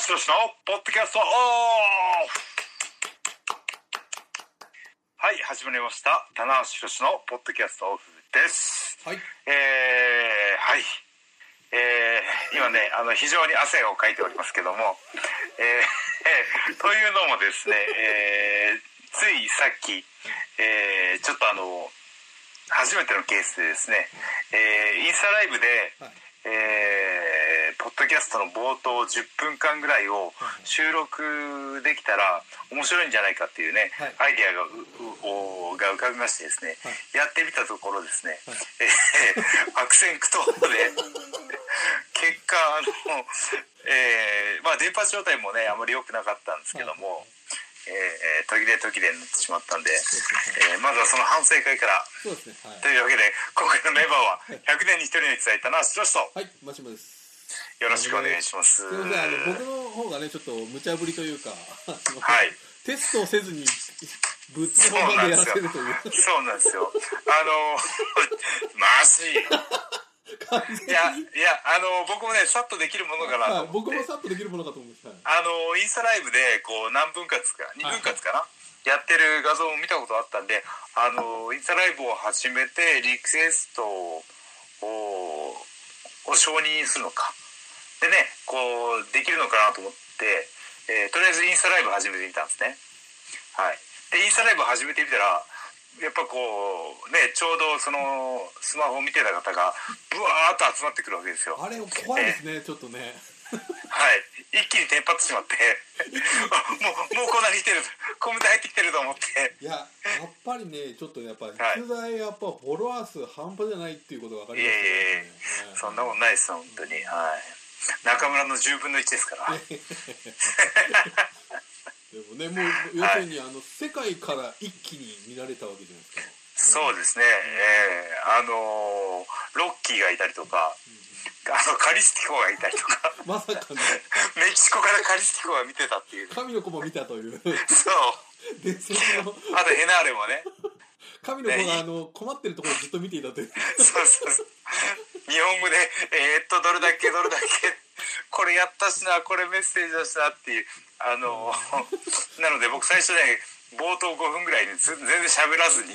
橋宏のポッドキャストオフ。はい、始まりました。棚橋宏のポッドキャストオフです。 はい。 はい。今ね、非常に汗をかいておりますけども、というのもですね、ついさっき、ちょっと初めてのケースでですね、インスタライブで、はい、ポッドキャストの冒頭10分間ぐらいを収録できたら面白いんじゃないかっていうね、はい、アイデアが浮かびましてですね、はい、やってみたところですね、はい、悪戦苦闘で結果まあ電波状態もねあまり良くなかったんですけども、はい、途切れになってしまったんで、まずはその反省会から。そうですね、はい、というわけで今回のメンバーは100年に1人に伝えたな白石と、 はい、マシモです。 よろしくお願いします。 すみません、僕の方がねちょっと無茶ぶりというか、 はい、 テストをせずにぶっつけ本番でやらせるという。 そうなんですよ。マジ。いや僕もねさっとできるものかなと思って、 僕もさっとできるものかと思って、 インスタライブでこう何分割か2分割かな、やってる画像を見たことあったんで、インスタライブを始めてリクエストを承認するのかでね、こうできるのかなと思って、とりあえずインスタライブ始めてみたんですね。はい。でインスタライブ始めてみたらやっぱこうね、ちょうどそのスマホを見てた方がブワーッと集まってくるわけですよ。 あれ怖いですね、ちょっとね。 はい、一気にテンパってしまってもうこんなに来てる、コメント入ってきてると思って。 いや、やっぱりね、ちょっとやっぱ実在やっぱフォロワー数半端じゃないっていうことが分かりますね。 そんなことないです本当に。はい。中村の10分の1ですから。 でもね、もう要するに、世界から一気に見られたわけじゃないですか。 そうですね。ロッキーがいたりとか、カリスティコがいたりとか。 まさかね。 メキシコからカリスティコが見てたっていう。 神の子も見たという。 そう。 伝説の。 あとヘナーレもね。 神の子が困ってるところをずっと見ていたという。 そう日本語でどれだけこれやったしな、これメッセージだしなっていうなので僕最初ね冒頭5分ぐらいに全然喋らずに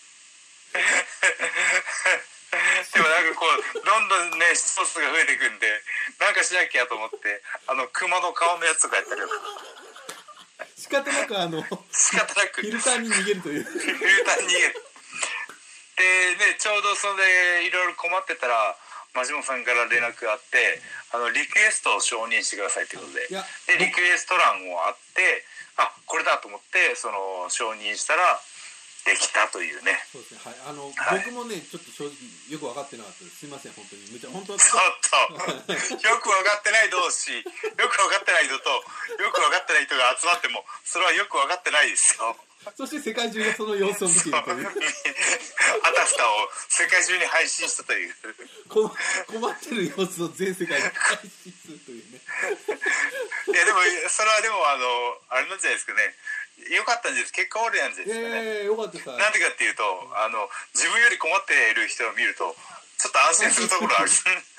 でもなんかこうどんどんね視聴数が増えていくんでなんかしなきゃと思って熊の顔のやつとかやったりとか仕方なくフィルターに逃げるというフィルターに逃げるでね、ちょうどそれでいろいろ困ってたらマジモさんから連絡があってリクエストを承認してくださいということで、リクエスト欄をあってこれだと思ってその承認したらできたというね。 そうですね、はい、僕もねちょっと正直よく分かってなかったです。すいません本当に本当はちょっとよく分かってない同士よく分かってない人とよく分かってない人が集まってもそれはよく分かってないですよ。 そして世界中がその様子を見ているというあたふたを世界中に配信したという困ってる様子を全世界に配信するというねいやでもそれはでもあれなんじゃないですかね、よかったんです結果オールなんじゃないですかね。 よかったさ。 なんでかっていうと自分より困っている人を見るとちょっと安心するところある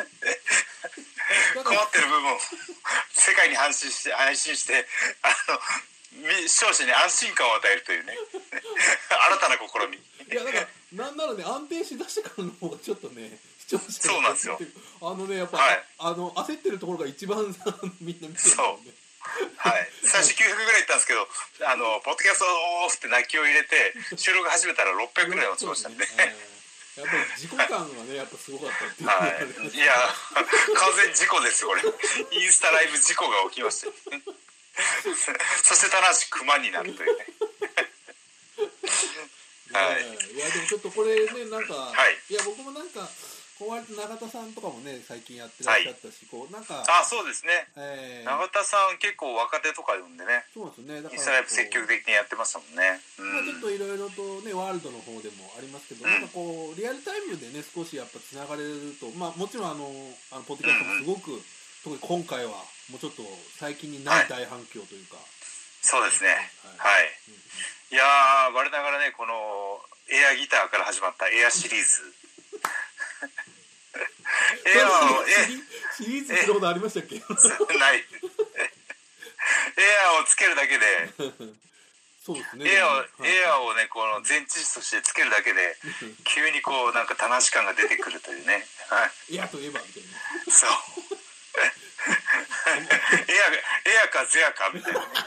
困ってる部分を世界に配信して視聴者に安心感を与えるというね新たな試み。 いやだからなんならね安定しだしてからの方がちょっとね視聴者そうなんですよ。 やっぱ、はい、焦ってるところが一番みんな見てるんだよね。 はい、最初900ぐらいいったんですけどポッドキャストオフって泣きを入れて収録始めたら600ぐらい落ちましたんで、 やっぱり自己感がねやっぱすごかったっていう、 はい、いや完全事故ですこれインスタライブ事故が起きましたそして棚橋熊になるというねはい、いやでもちょっとこれねなんか、 はい、 いや僕もなんかこう割と永田さんとかもね最近やってらっしゃったし、こうなんかそうですね、永田さん結構若手とか呼んでね、 そうですね、だからインスタライブ積極的にやってましたもんね。 ちょっといろいろとねワールドの方でもありますけど、なんかこうリアルタイムでね少しやっぱつながれると、もちろんポッドキャストもすごく、特に今回はもうちょっと最近にない大反響というか、 そうですね、はい、いやー我ながらねこのエアギターから始まったエアシリーズシリーズってことありましたっけ？ ないつけるだけでそうですね。 エアはいをねこの前置詞としてつけるだけで急にこうなんか棚橋感が出てくるというね。はい。 エアといえばみたいな。 そうエアかゼアかみたいなね。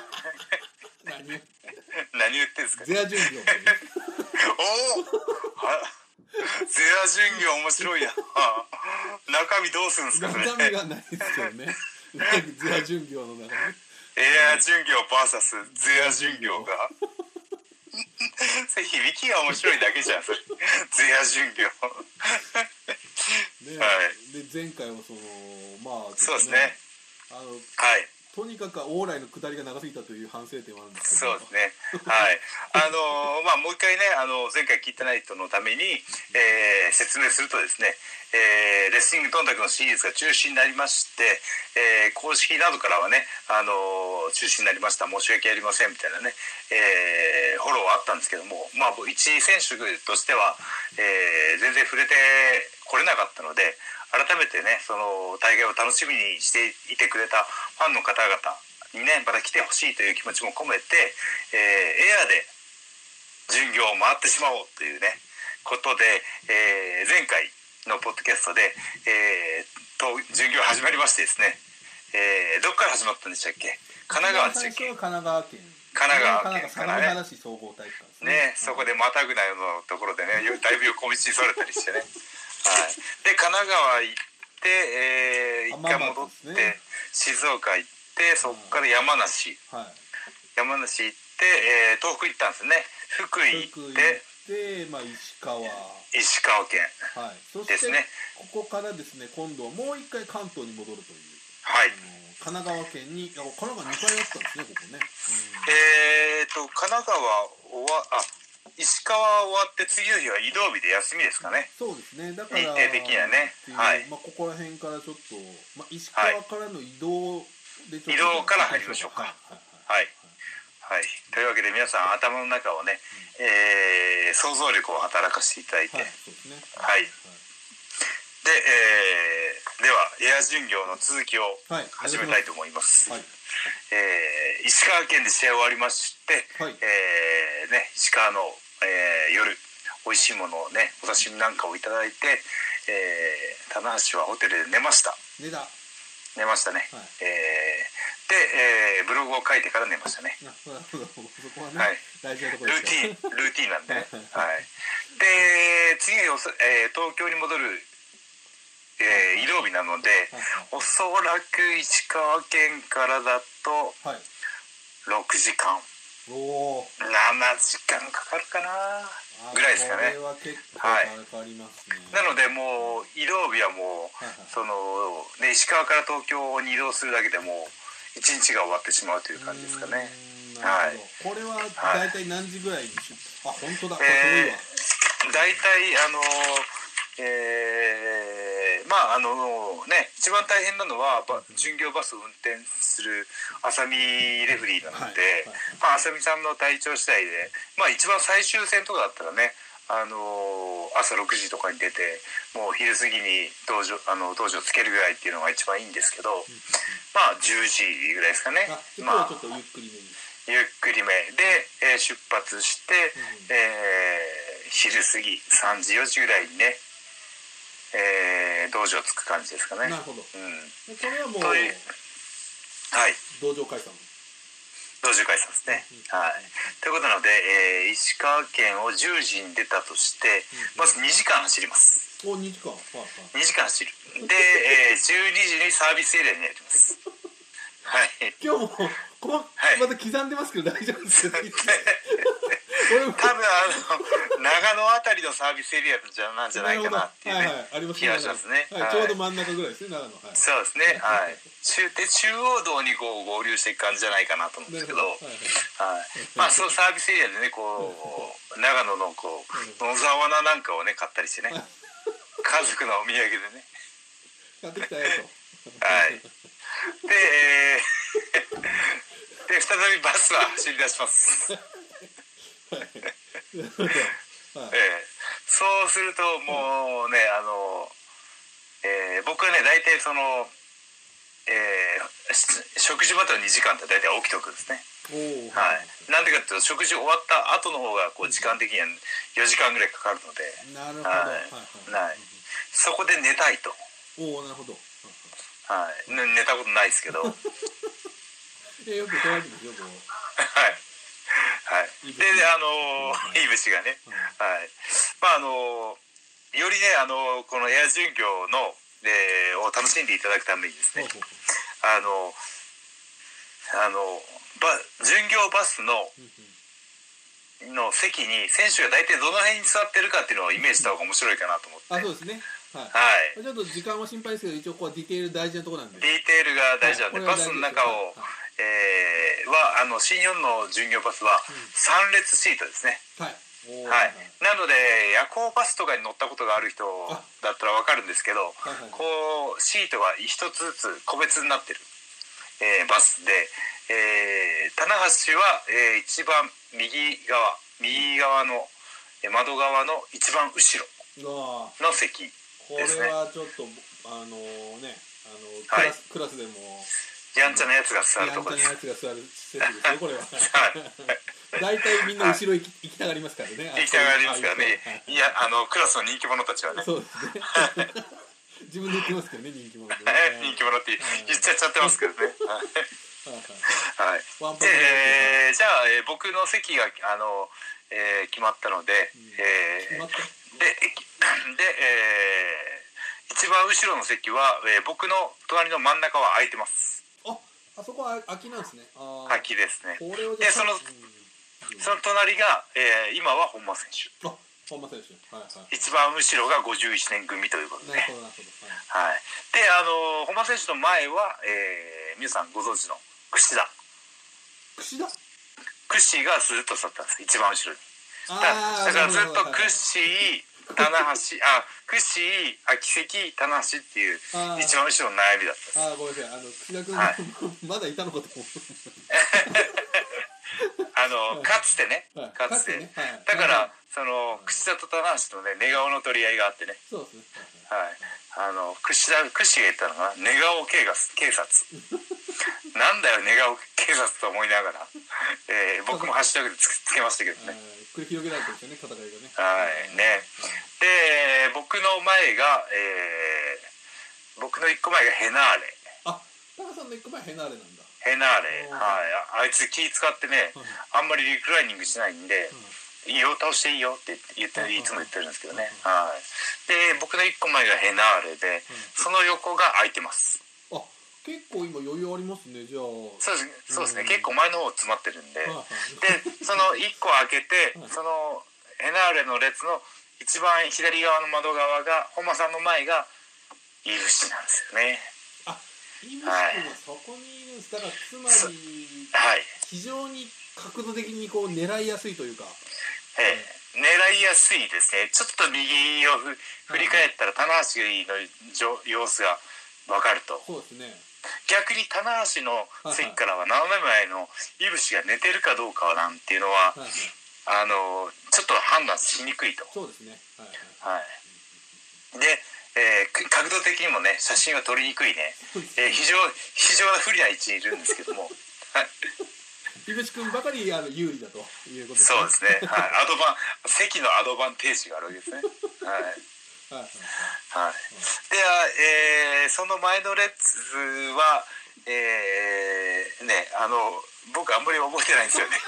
何言ってんですか。 ゼア巡業みたいな。 おおゼア巡業面白いな。中身どうするんですかそれ。 中身がないですけどね。ゼア巡業の中にエア巡業 VS ゼア巡業がそれ響きが面白いだけじゃんそれ。ゼア巡業ね、 はい。 で前回はそのまあ、ね、 そうですね。はい。 とにかく往来の下りが長すぎたという反省点はあるんですけど。そうですね。はい。まあもう一回ね前回聞いてない人のために、説明するとですね、レスリングトンタクのシリーズが中止になりまして、公式などからはね中止になりました申し訳ありませんみたいなね、フォローはあったんですけども、まあ一選手としては、全然触れてこれなかったので。改めてねその大会を楽しみにしていてくれたファンの方々にねまた来てほしいという気持ちも込めて、エアで巡業を回ってしまおうというねことで、前回のポッドキャストで、巡業始まりましてですね、どっから始まったんでしたっけ。神奈川でしたっけ。 神奈川県からね。 相模原市総合体育館ですね、そこでまたぐなよのところでねだいぶ横道にそれたりしてねはい、で神奈川行って、一回戻って、ね、静岡行ってそこから山梨、はい、山梨行って、東北行ったんですね。福井行って、 まあ、石川県、 はい、そしてですね。 ここからですね今度はもう一回関東に戻るという、 はい、 神奈川県に神奈川2回あったんですねここね、 神奈川石川終わって次の日は移動日で休みですかね。 そうですね。だから日程的にはね、はい。 まあここら辺からちょっと、まあ、石川からの移動で移動から入りましょうか。はい。はい。というわけで皆さん頭の中をね、想像力を働かせていただいて、はい。 そうですね。 はい。で、ではエア巡業の続きを始めたいと思います。はい。石川県で試合終わりまして、はい、ね、石川の、夜美味しいものをねお刺身なんかをいただいて、棚橋はホテルで寝ました。寝ましたね。はい、で、ブログを書いてから寝ましたね。 そこはね、 はい、 大事なところですよ。ルーティンなんでね。はい。で次に東京に戻る移動日なので、おそらく石川県からだと6時間、7時間かかるかなぐらいですかね。 これは結構かかりますね。 なのでもう移動日はもう、そのね、石川から東京に移動するだけでもう1日が終わってしまうという感じですかね。 はい。これは大体何時ぐらいに本当だ。 大体まあね、一番大変なのは巡業バスを運転する浅見レフリーなので、まあ浅見さんの体調次第で、まあ一番最終戦とかだったらね、朝6時とかに出てもう昼過ぎに道場つけるぐらいっていうのが一番いいんですけど、まあ10時ぐらいですかね。 まあちょっとゆっくりめに。 ゆっくりめで、出発して、昼過ぎ3時4時ぐらいにね。道場つく感じですかね。 なるほど。これはもう、 はい。 道場解散。 道場解散ですね。はい。ということなので、石川県を10時に出たとして、まず2時間走ります。 2時間。 2時間走る。で、12時にサービスエリアに入ります。はい。 今日もまた刻んでますけど大丈夫ですか。 多分長野あたりのサービスエリアなんじゃないかなっていうね気がしますね。 ちょうど真ん中ぐらいですね長野。 そうですね。はい。中央道にこう合流していく感じじゃないかなと思うんですけど、はい。まあそのサービスエリアでねこう長野のこう野沢菜なんかをね買ったりしてね、家族のお土産でね。 買ってきたよと。はい。で、再びバスは走り出します。そうするともうね僕はね大体その食事までの2時間って大体起きとくんですね。はい。なんでかっていうと食事終わった後の方がこう時間的には4時間ぐらいかかるので。 なるほど。はい。 そこで寝たいと。 おお、なるほど。 はい。寝たことないですけど。 よく捉えてますよ、こう。 はい。はい。で、いぶしがね。はい。まあよりねこのエア巡業のを楽しんでいただくためにですね。巡業バスの席に選手が大体どの辺に座ってるかっていうのをイメージした方が面白いかなと思って。 そうですね。はい。ちょっと時間は心配ですけど、一応こうディテール大事なところなんで。 ディテールが大事なんで、バスの中を新日本の巡業バスは3列シートですね。はい。なので夜行バスとかに乗ったことがある人だったら分かるんですけど、こうシートが一つずつ個別になってる、バスで、棚橋は、一番右側の窓側の一番後ろの席ですね。 これはちょっとクラスでもやんちゃなやつが座るところです。 やんちゃなやつが座る席ですよ、これは。大体みんな後ろ行きたがりますからね。 行きたがりますからね。いや、クラスの人気者たちはね。 そうですね。自分で言ってますけどね、人気者って。 人気者って言っちゃってますけどね。はい。じゃあ僕の席が決まったので、一番後ろの席は僕の隣の真ん中は空いてます。 あそこは空きなんですね。 空きですね。でその隣が今は本間選手。 本間選手。 一番後ろが51年組ということで。はい。で本間選手の前は皆さんご存知の櫛田がずっと座ったんです、一番後ろに。だからずっと櫛棚橋櫛秋関棚橋っていう一番後ろの悩みだったんです。 ごめんなさい、櫛田君まだいたのかと思う。 かつてね、だからその櫛田と棚橋のね寝顔の取り合いがあってね。そうですね。はい。櫛が言ったのが寝顔警察なんだよ寝顔警察と思いながら、僕もハッシュタグでつけましたけどね。 繰り広げられてるんですよね、戦いがね。 はいね。で僕の前が僕の1個前がヘナーレ。 タカさんの1個前ヘナーレなんだ。 ヘナーレ、はい。あいつ気使ってね、あんまりリクライニングしないんで、いいよ倒していいよっていつも言ってるんですけどね。はい。で僕の1個前がヘナーレで、その横が空いてます。 結構今余裕ありますね、じゃあ。 そうですね、結構前の方詰まってるんで、でその1個開けて、そのヘナーレの列の一番左側の窓側が本間さんの前がいぶしなんですよね。 いぶし君はそこにいるんです。だからつまり、非常に角度的にこう狙いやすいというか。 狙いやすいですね。ちょっと右を振り返ったら棚橋の様子が分かると。 そうですね。 逆に棚橋の席からは斜め前のいぶしが寝てるかどうかなんていうのは、ちょっと判断しにくいと。 そうですね。 で、角度的にもね写真は撮りにくいね、非常な不利な位置にいるんですけども、 いぶし君ばかり有利だということですね。そうですね。席のアドバンテージがあるわけですね。で、その前の列は僕あんまり覚えてないんですよね。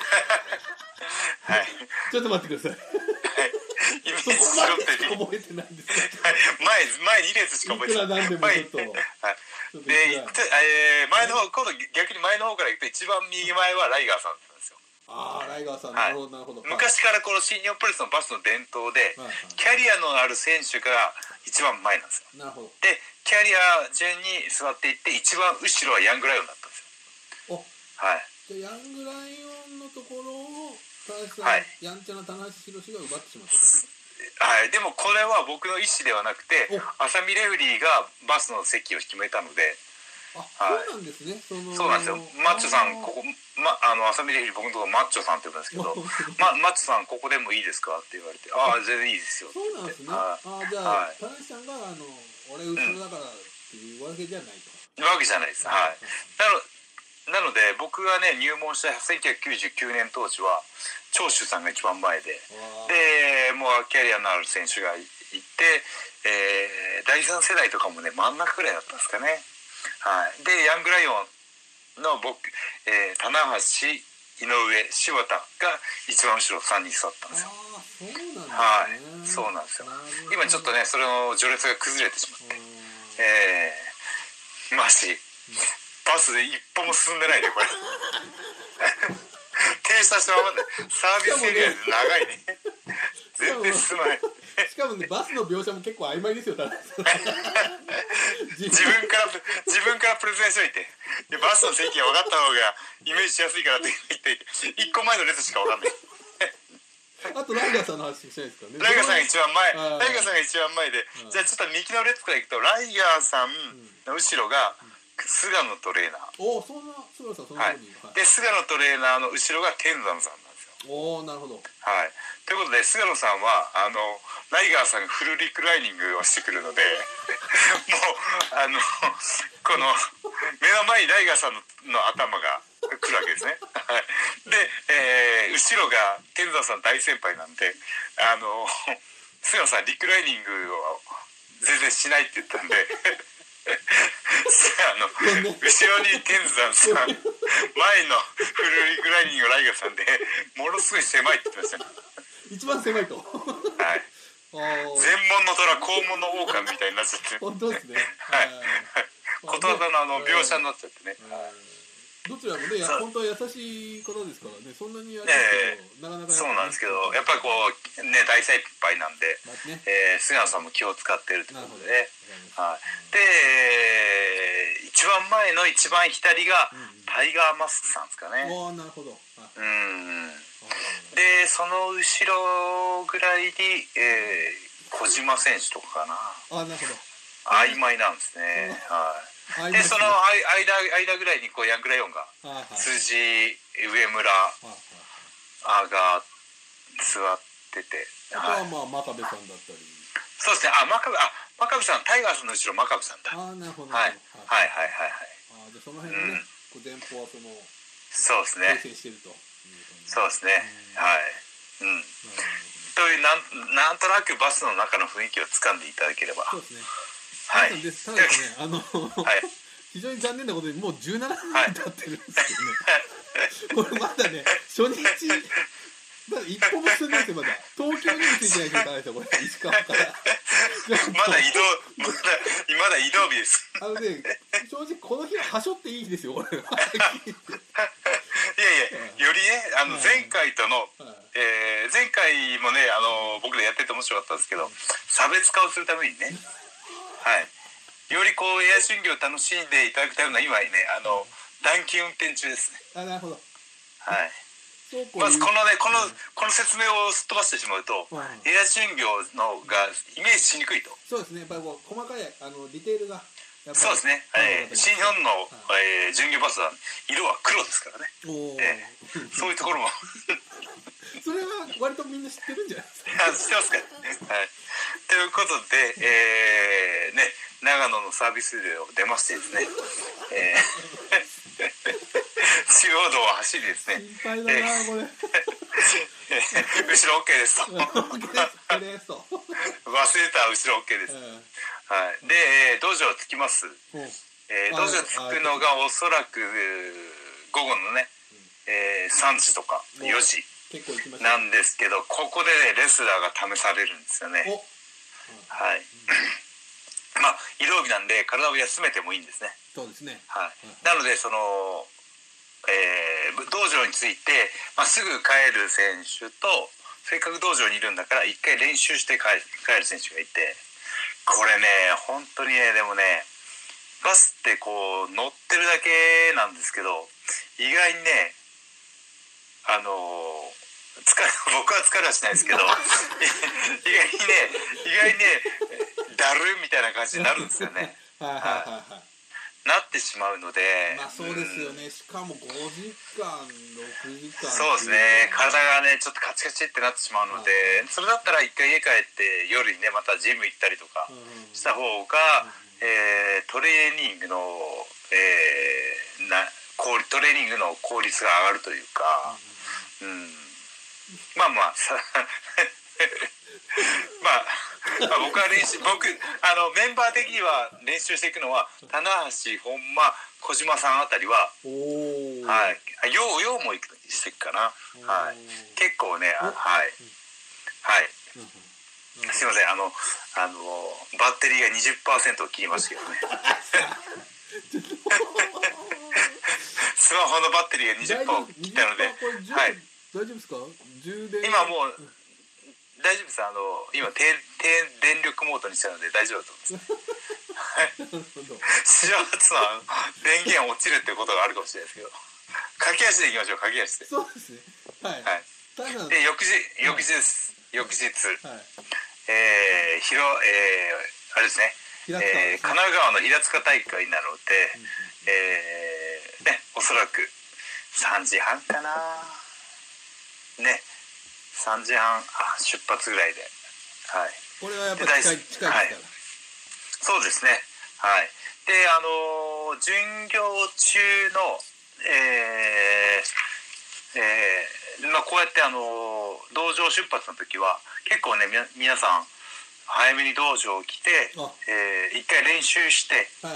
ちょっと待ってください。 イメージしろって覚えてないんですか。 前2列しか覚えてない。で前の方、今度逆に前の方からいくと一番右前はライガーさんなんですよ。 ライガーさん、なるほど。 昔からこの新日本プロレスのバスの伝統で、キャリアのある選手が一番前なんですよ。 なるほど。 でキャリア順に座っていって一番後ろはヤングライオンだったんですよ。 じゃあヤングライオンのところをやんちゃな棚橋宏が奪ってしまったと。 でもこれは僕の意思ではなくて、浅見レフリーがバスの席を決めたので。 そうなんですね。 そうなんですよ。マッチョさんここ浅見レフリー僕のところマッチョさんって言うんですけど、マッチョさんここでもいいですかって言われて、全然いいですよ。 そうなんですね。じゃあ棚橋さんが俺後ろだからっていうわけじゃないと。 わけじゃないです。はい。なので僕がね入門した1999年当時は長州さんが一番前で、もうキャリアのある選手がいて、第3世代とかもね真ん中ぐらいだったんですかね。はい。でヤングライオンの僕、棚橋、井上、柴田が一番後ろ3人座ったんですよ。はい、そうなんですよ。今ちょっとねそれの序列が崩れてしまって、マジバスで一歩も進んでないでこれ。停車したままでサービスエリアで長いね。全然進まない。 しかもねバスの描写も結構曖昧ですよ。自分からプレゼンしといて、バスの席が分かった方がイメージしやすいからって言って1個前の列しか分かんない。 あとライガーさんの話しないですかね。 ライガーさんが一番前で、じゃあちょっと右の列から行くとライガーさんの後ろが菅野トレーナー。 おお、そんな菅野さんそのように。 で菅野トレーナーの後ろが天山さんなんですよ。 おお、なるほど。 はい。ということで菅野さんはライガーさんがフルリクライニングをしてくるので、もうこの目の前にライガーさんの頭が来るわけですね。で、後ろが天山さん大先輩なんで菅野さんリクライニングを全然しないって言ったんで。後ろに天山さん、前のフルリクライニングライガーさんでものすごい狭いって言ってましたね。 一番狭いと。 はい。全門の虎後門の狼みたいになっちゃって。 本当ですね。 はい。ことわざの描写になっちゃってね。 どちらもね、本当は優しい方ですからね、そんなにあれですけど、なかなかそうなんですけど、やっぱりこうね大先輩なんで、菅野さんも気を使ってるってことでね。はい。で、一番前の一番左がタイガーマスクさんですかね。 おお、なるほど。 でその後ろぐらいに小島選手とかかな。 あ、なるほど。 曖昧なんですね。はい。でその間ぐらいにこうヤングライオンが辻、上村が座ってて、 あとはまあ真壁さんだったり。 そうですね。真壁さん、タイガースの後ろ真壁さんだ。 あ、なるほど。 はい。 じゃその辺のね、前方はそうですね。 形成してると。 そうですね。はい。というなんとなくバスの中の雰囲気を掴んでいただければ。 そうですね。 はい。 ただですね、非常に残念なことにもう17分経ってるんですけどね。これまだね、初日まだ一歩も進んでないですよ。まだ東京にもついてない状態ですよ。これ石川から。 まだ移動日です。 正直この日ははしょっていい日ですよ。これ。いやよりね前回との、前回もね僕らやってて面白かったんですけど、差別化をするためにね、はい、よりこうエア巡業を楽しんでいただくための今ね暖気運転中ですね。 あ、なるほど。 はい。まずこの説明をすっ飛ばしてしまうと、エア巡業のがイメージしにくいと。 そうですね。やっぱりこう細かいディテールが。 そうですね。新日本の巡業バスは色は黒ですからね。そういうところもそれは割とみんな知ってるんじゃないですか。 知ってますかね。はい。ということで、ね、長野のサービスエリアを出ましてですね、中央道を走りですね。 心配だなこれ。 後ろ OK ですと。 忘れた後ろ OK です。はい。で、道場着きます。道場着くのがおそらく午後のね、3時とか4時なんですけど、ここでねレスラーが試されるんですよね。はい。まあ移動日なんで体を休めてもいいんですね。 そうですね。 はい。なので道場に着いて、すぐ帰る選手と、せっかく道場にいるんだから一回練習して帰る選手がいて、これね本当にね、でもねバスってこう乗ってるだけなんですけど、意外にね僕は疲れはしないですけど意外にねだるみたいな感じになるんですよね。なってしまうので、 そうですよね。しかも5時間6時間、 そうですね。体がねちょっとカチカチってなってしまうので、それだったら一回家帰って夜にねまたジム行ったりとかした方がトレーニングの、トレーニングの効率が上がるというか、まあまあ僕はメンバー的には練習していくのは棚橋、本間、小島さんあたりは、はい、ようもしていくかな、はい、結構ね、はい、すいません、バッテリーが 20% を切りましたけどねスマホのバッテリーが 20% を切ったので、はい、 大丈夫ですか？充電今もう大丈夫です。今低電力モードにしたので大丈夫だと思います史上初の電源落ちるっていうことがあるかもしれないですけど、駆け足でいきましょう。駆け足で。 そうですね。はい。 で翌日です。翌日、あれですね。神奈川の平塚大会なので、おそらく3時半かな。ね。3時半出発ぐらいで、はい、 これはやっぱり近いですから、はい、 そうですね、はい、で巡業中の、こうやって道場出発の時は結構ね皆さん早めに道場来て、一回練習して、はい、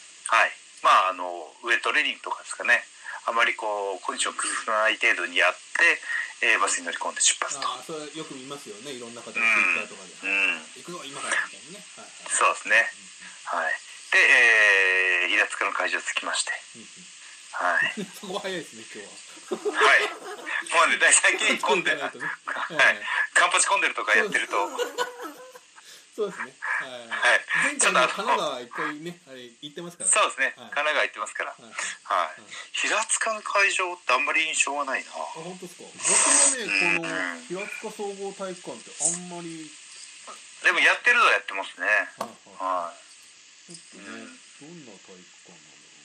ウエイトトレーニングとかですかね、あまりコンディション工夫のない程度にやって、バスに乗り込んで出発と。 それよく見ますよね、いろんな方のツイッターとかで、行くぞ今からみたいなね、 そうですね、はい、で、平塚の会場着きまして、はい、 そこ早いですね今日ははい、もうね最近混んでる、はい、カンパチ混んでるとかやってるとそうですね。はい。前回神奈川一回ね、あれ行ってますから。 そうですね。神奈川行ってますから。はい。平塚の会場ってあんまり印象はないな。 本当ですか。僕もね、この平塚総合体育館ってあんまり。 でもやってるのはやってますね。はい。 ちょっとね、どんな体育館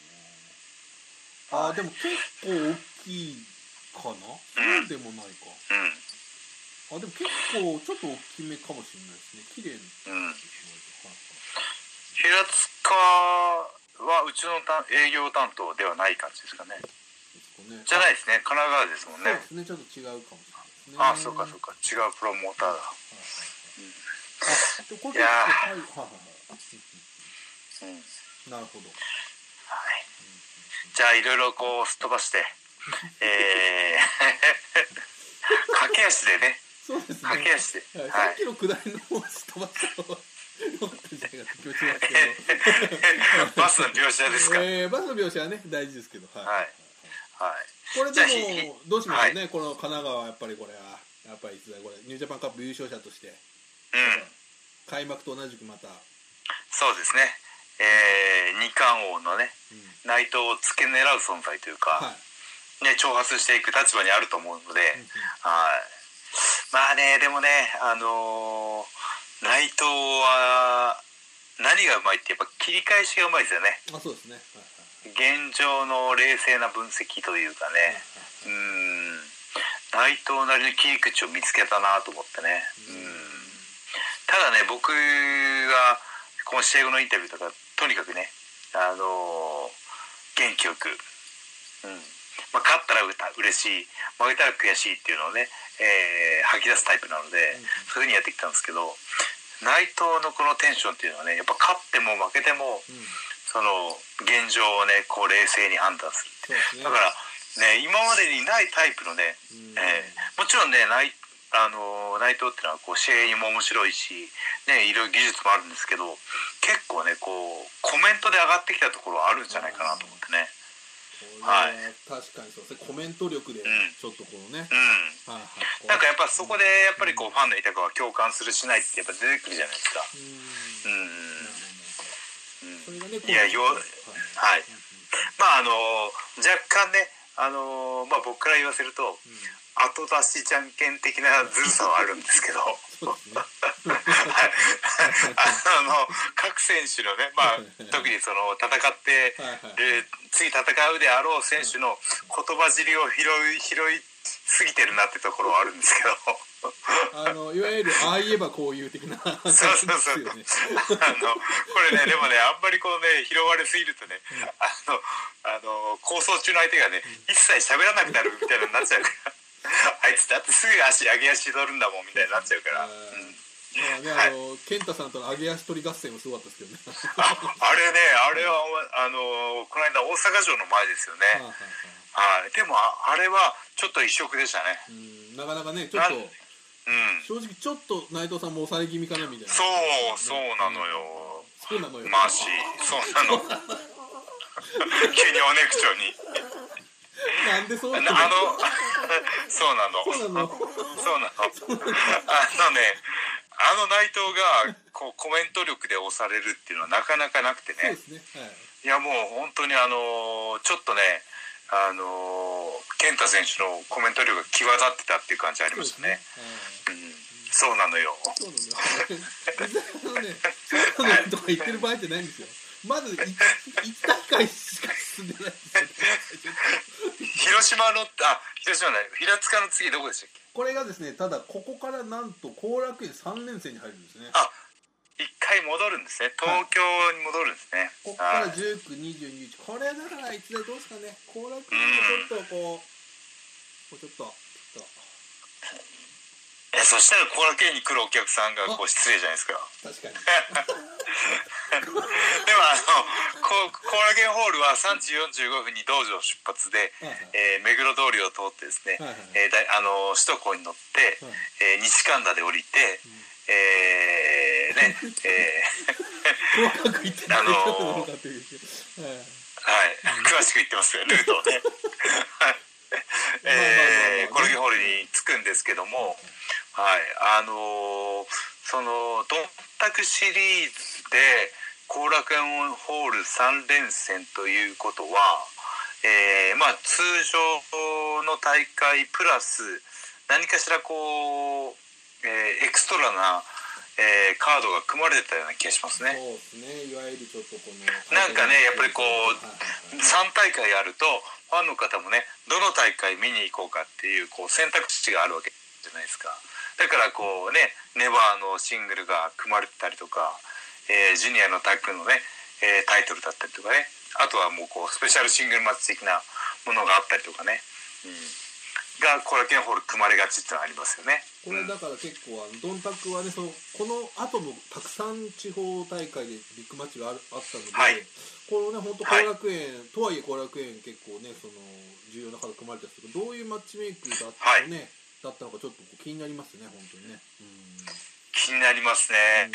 なんだろうな。でも結構大きいかな。そうでもないか。でも結構ちょっと大きめかもしれないですね。綺麗に。 平塚はうちの営業担当ではない感じですかね。じゃないですね。神奈川ですもんね。 そうですね。ちょっと違うかもしれないですね。 そうかそうか。違うプロモーターだ。 いやなるほど。 はい。じゃあいろいろこうすっ飛ばして、駆け足でね。 そうですね。 駆け足で。 さっきの下りの方すっ飛ばした方がよかったんじゃないかって気持ちますけど。 バスの描写ですか。 バスの描写はね大事ですけど。 はい。 これでもどうしましょうね。この神奈川はやっぱりこれはやっぱりいつだこれニュージャパンカップ優勝者として。開幕と同じくまた。 そうですね。二冠王のね、内藤を付け狙う存在というか、ね挑発していく立場にあると思うので、はい。まあね、でもね、内藤は何がうまいってやっぱ切り返しがうまいですよね。 そうですね。 現状の冷静な分析というかね、内藤なりの切り口を見つけたなと思ってね。ただね、僕がこの試合後のインタビューとかとにかくね、元気よく、勝ったら嬉しい、負けたら悔しいっていうのをね、吐き出すタイプなので、そういう風にやってきたんですけど、内藤のこのテンションっていうのはね、やっぱ勝っても負けても、その現状をねこう冷静に判断するって、だからね今までにないタイプのね、もちろんね内藤っていうのはこう試合にも面白いし、ね、いろいろ技術もあるんですけど、結構ねこうコメントで上がってきたところはあるんじゃないかなと思ってね。 確かにそうですね。コメント力でちょっとこうね、 なんかやっぱそこでやっぱりこうファンの板川は共感するしないってやっぱ出てくるじゃないですか。 それがね、 はい。若干ね、僕から言わせると、後出しじゃんけん的なずるさはあるんですけど、各選手のね、特にその戦ってる、次戦うであろう選手の言葉尻を拾いすぎてるなってところはあるんですけど、 いわゆるああ言えばこういう的なそうそうそう、ね、これねでもねあんまりこうね拾われすぎるとね、構想中の相手がね、一切喋らなくなるみたいなになっちゃうからあいつだってすぐ上げ足取るんだもんみたいになっちゃうから、 ね、健太さんとの上げ足取り合戦もすごかったですけどねあれね、あれはこの間大阪城の前ですよね。でもあれはちょっと異色でしたね。 なかなかねちょっと、正直ちょっと内藤さんも抑え気味かなみたいな。 そうなのよ。 そうなのよ。 マジそうなの。急におねくちょに。 なんでそうなの？ そうなの。そうなの。内藤がこうコメント力で押されるっていうのはなかなかなくてね。 そうですね。はい。 いやもう本当にちょっとね健太選手のコメント力が際立ってたっていう感じありましたね。そうなのよ。 そうなのよ。そうなのとか言ってる場合じゃないんですよ。まず1大会しか進んでないんですよ。 広島の広島ね、平塚の次どこでしたっけ？ これがですね、ただここからなんと後楽園3連戦に入るんですね。 一回戻るんですね。東京に戻るんですね。 ここから19、22日。これだからいつでどうですかね。後楽園ちょっとこうちょっとそしたら後楽園に来るお客さんがこう失礼じゃないですか。 確かに。 でも後楽園ホールは3時45分に道場出発で、目黒通りを通ってですね、首都高に乗って、西神田で降りて、 細かく言ってないのかっていう。 詳しく言ってますよルートをね。後楽園ホールに着くんですけども、そのドンタクシリーズで後楽園ホール3連戦ということは、通常の大会プラス何かしらこう、エクストラな、カードが組まれてたような気がしますね。 そうですね。いわゆるちょっとこのなんかねやっぱりこう3大会あるとファンの方もねどの大会見に行こうかっていう、選択肢があるわけじゃないですか。だからこうねネバーのシングルが組まれてたりとか、ジュニアのタッグのね、タイトルだったりとかね、あとはもうこうスペシャルシングルマッチ的なものがあったりとかね、が後楽園ホール組まれがちってのはありますよね。 これだから結構ドンタクはねこの後もたくさん地方大会でビッグマッチがあったので、このね本当後楽園、とはいえ後楽園結構ねその重要なカード組まれてたんですけど、どういうマッチメイクだったね、だったのかちょっと気になりますね本当にね。 気になりますね。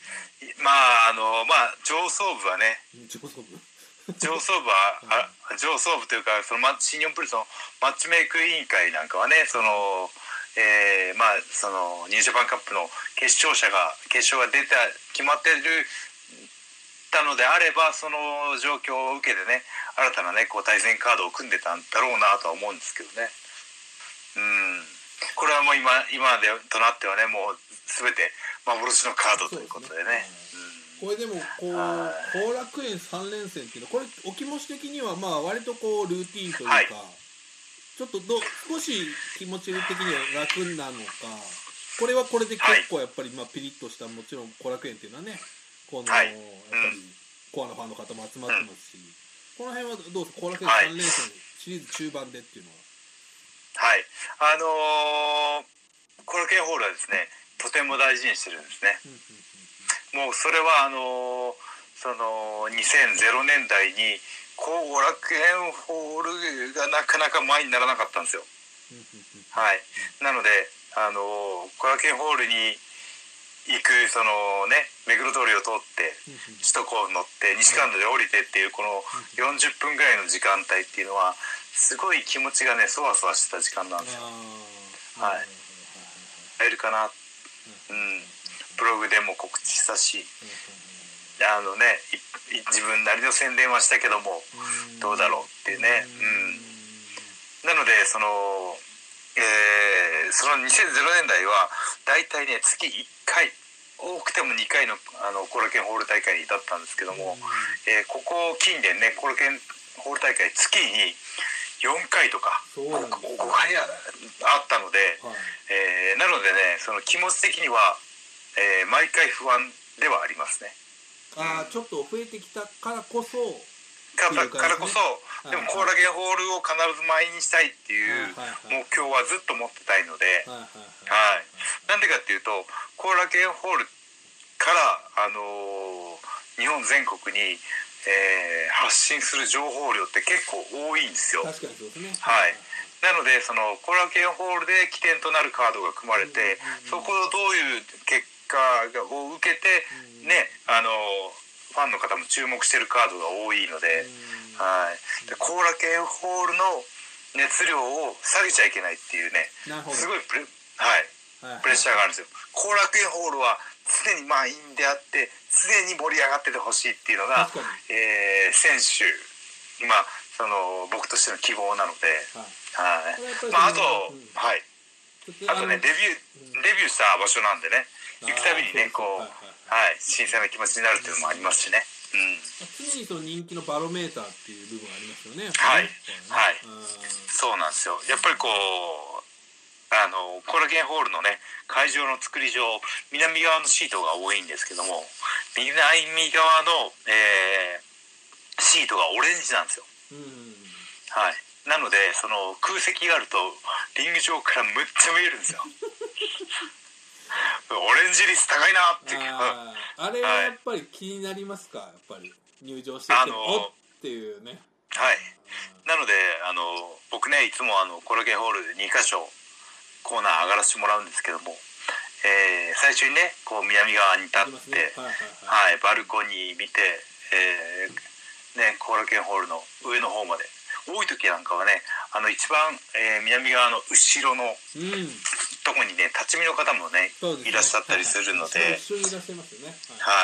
上層部はね。上層部というかその新日本プロレスのマッチメイク委員会なんかはねそのニュージャパンカップの決勝が決まってるたのであればその状況を受けてね新たなねこう対戦カードを組んでたんだろうなとは思うんですけどね。これはもう今となってはねもう全て幻のカードということでね。 これでも後楽園3連戦っていうのはこれお気持ち的には割とこうルーティーンというか、ちょっと少し気持ち的には楽なのか、これはこれで結構やっぱりピリッとしたもちろん後楽園っていうのはねやっぱりコアなファンの方も集まってますし、この辺はどうですか後楽園3連戦シリーズ中盤でっていうのは。 後楽園ホールはですねとても大事にしてるんですね。もうそれはその2000年代に後楽園ホールがなかなか前にならなかったんですよ。なので後楽園ホールに行くそのね目黒通りを通って首都高に乗って西神田で降りてっていうこの40分ぐらいの時間帯っていうのはすごい気持ちがねそわそわしてた時間なんですよ。会えるかな、ブログでも告知したし、自分なりの宣伝はしたけどもどうだろうっていうね。なのでその2000年代はだいたいね月1回多くても2回の後楽園ホール大会に至ったんですけども、ここ近年ね後楽園ホール大会月に 4回とかそうなんです 5回あったので、 はい、 なのでねその気持ち的には、毎回不安ではありますね。 ちょっと増えてきたからこそからこそ、でも後楽園ホールを必ず満員にしたいっていう目標はずっと持ってたいので、なんでかっていうと後楽園ホールから、日本全国に、発信する情報量って結構多いんですよ。 確かにそうですね。 はい。なのでその後楽園ホールで起点となるカードが組まれて、そこをどういう結果を受けてね、ファンの方も注目してるカードが多いので、はい。で後楽園ホールの熱量を下げちゃいけないっていうね、すごいプレッシャーがあるんですよ。後楽園ホールは常に満員であって常に盛り上がっててほしいっていうのが、選手その僕としての希望なので、あとねデビューした場所なんでね、行くたびにね新鮮な気持ちになるっていうのもありますしね。 常にその人気のバロメーターっていう部分ありますよね。 そうなんですよ。やっぱりこう後楽園ホールのね会場の作り上南側のシートが多いんですけども、南側の、シートがオレンジなんですよ。なのでその空席があるとリング上からむっちゃ見えるんですよ。オレンジ率高いなっていう。 あれはやっぱり気になりますか？やっぱり入場してきておっていうね。 なので僕ねいつも後楽園ホール2カ所コーナー上がらせてもらうんですけども、最初にねこう南側に立って、バルコニー見て、後楽園ホールの上の方まで、多い時なんかはね一番、南側の後ろの、とこにね立ち見の方もねいらっしゃったりするので、 一緒にいらっしゃいますよね。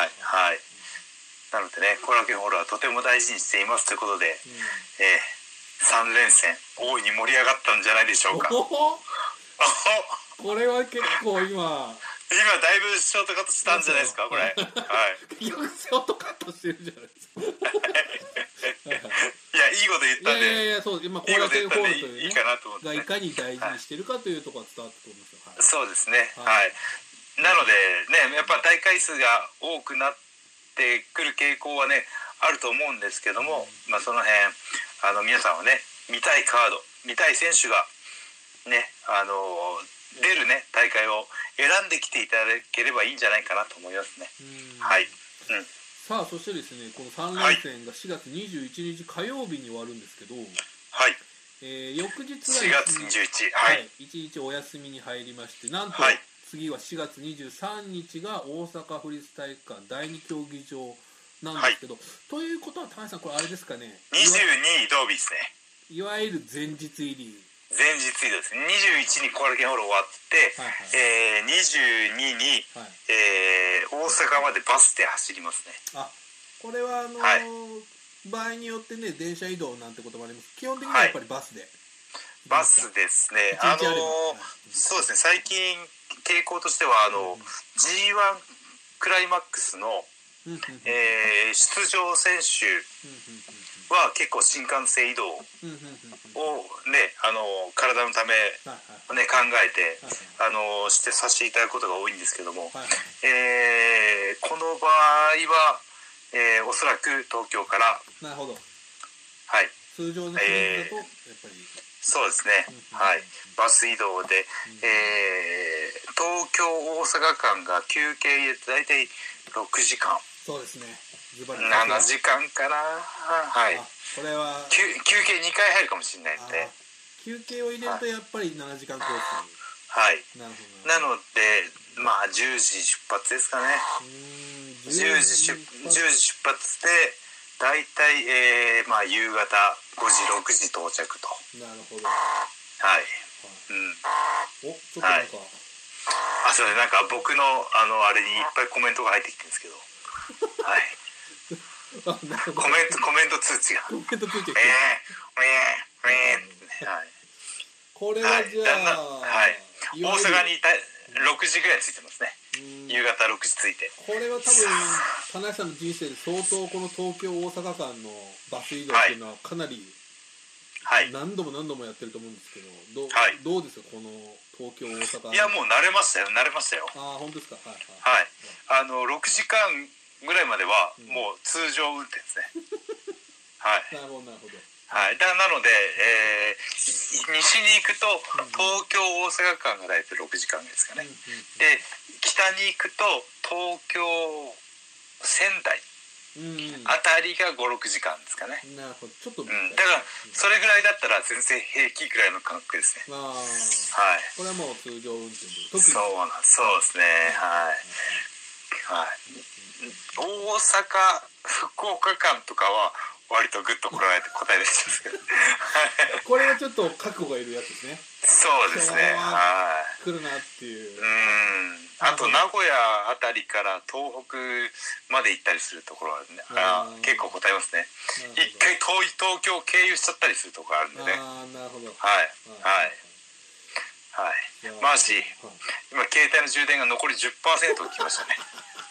なのでね後楽園ホールはとても大事にしていますということで、3連戦大いに盛り上がったんじゃないでしょうか。 これは結構今だいぶショートカットしたんじゃないですかこれ。 ショートカットしてるじゃないですか。 いやいいこと言ったんで、 そう今後楽園ホールというねいいかなと思って、 がいかに大事にしてるかというところが伝わってくるんですよ。 そうですね。なのでねやっぱ大会数が多くなってくる傾向はねあると思うんですけども、その辺皆さんはね見たいカード見たい選手がね出るね大会を選んできていただければいいんじゃないかなと思いますね。 さあそしてですねこの3連戦が4月21日火曜日に終わるんですけど、翌日が 4月21 1日お休みに入りまして、なんと次は4月23日が大阪府立体育館第2競技場なんですけど、ということは田中さんこれあれですかね、 22移動日ですね。 いわゆる前日入りですね。21に後楽園ホール終わって、22に、大阪までバスで走りますね。 これは場合によってね電車移動なんてこともあります。基本的にはやっぱりバスで、 バスですね。そうですね、最近傾向としてはG1 クライマックスの、出場選手は結構新幹線移動をね体のためね考えてしてさせていただくことが多いんですけども、この場合はおそらく東京から通常の日だとやっぱりそうですね、バス移動で、東京大阪間が休憩でだいたい6時間、 そうですね、 7時間かな。 これは休憩2回入るかもしれないので、 休憩を入れるとやっぱり7時間コース。 なので10時出発ですかね。10時出発でだいたい夕方5時6時到着と。 なるほど。 ちょっとなんかそれなんか僕のあれにいっぱいコメントが入ってきてるんですけど、コメント通知がこれはじゃあ大阪に6時ぐらい着いてますね。夕方6時着いて。 これは多分田中さんの人生で相当この東京大阪間のバス移動っていうのはかなりはい、 何度も何度もやってると思うんですけど、 はい、 どうですかこの東京大阪。 いやもう慣れましたよ。 ああ本当ですか。はいはい、6時間ぐらいまではうんもう通常運転ですね。はい、 なるほどなるほど。 はい、なので、西に行くと東京大阪間が大体6時間ですかね。で北に行くと東京仙台あたりが5、6時間ですかね。 なるほど。ちょっと、 だからそれぐらいだったら全然平気ぐらいの感覚ですね。はい。 これはもう通常運転で。 そうですね。はい。はい。大阪福岡間とかは割とグッとこらえて答え出てますけど。 これはちょっと覚悟がいるやつですね。 そうですね。はい。 来るなっていう。 あと名古屋あたりから東北まで行ったりするところはね、結構答えますね。一回遠い東京経由しちゃったりするところあるんでね。 なるほど。 はいはいはい。マーシー、今携帯の充電が残り 10% きましたね。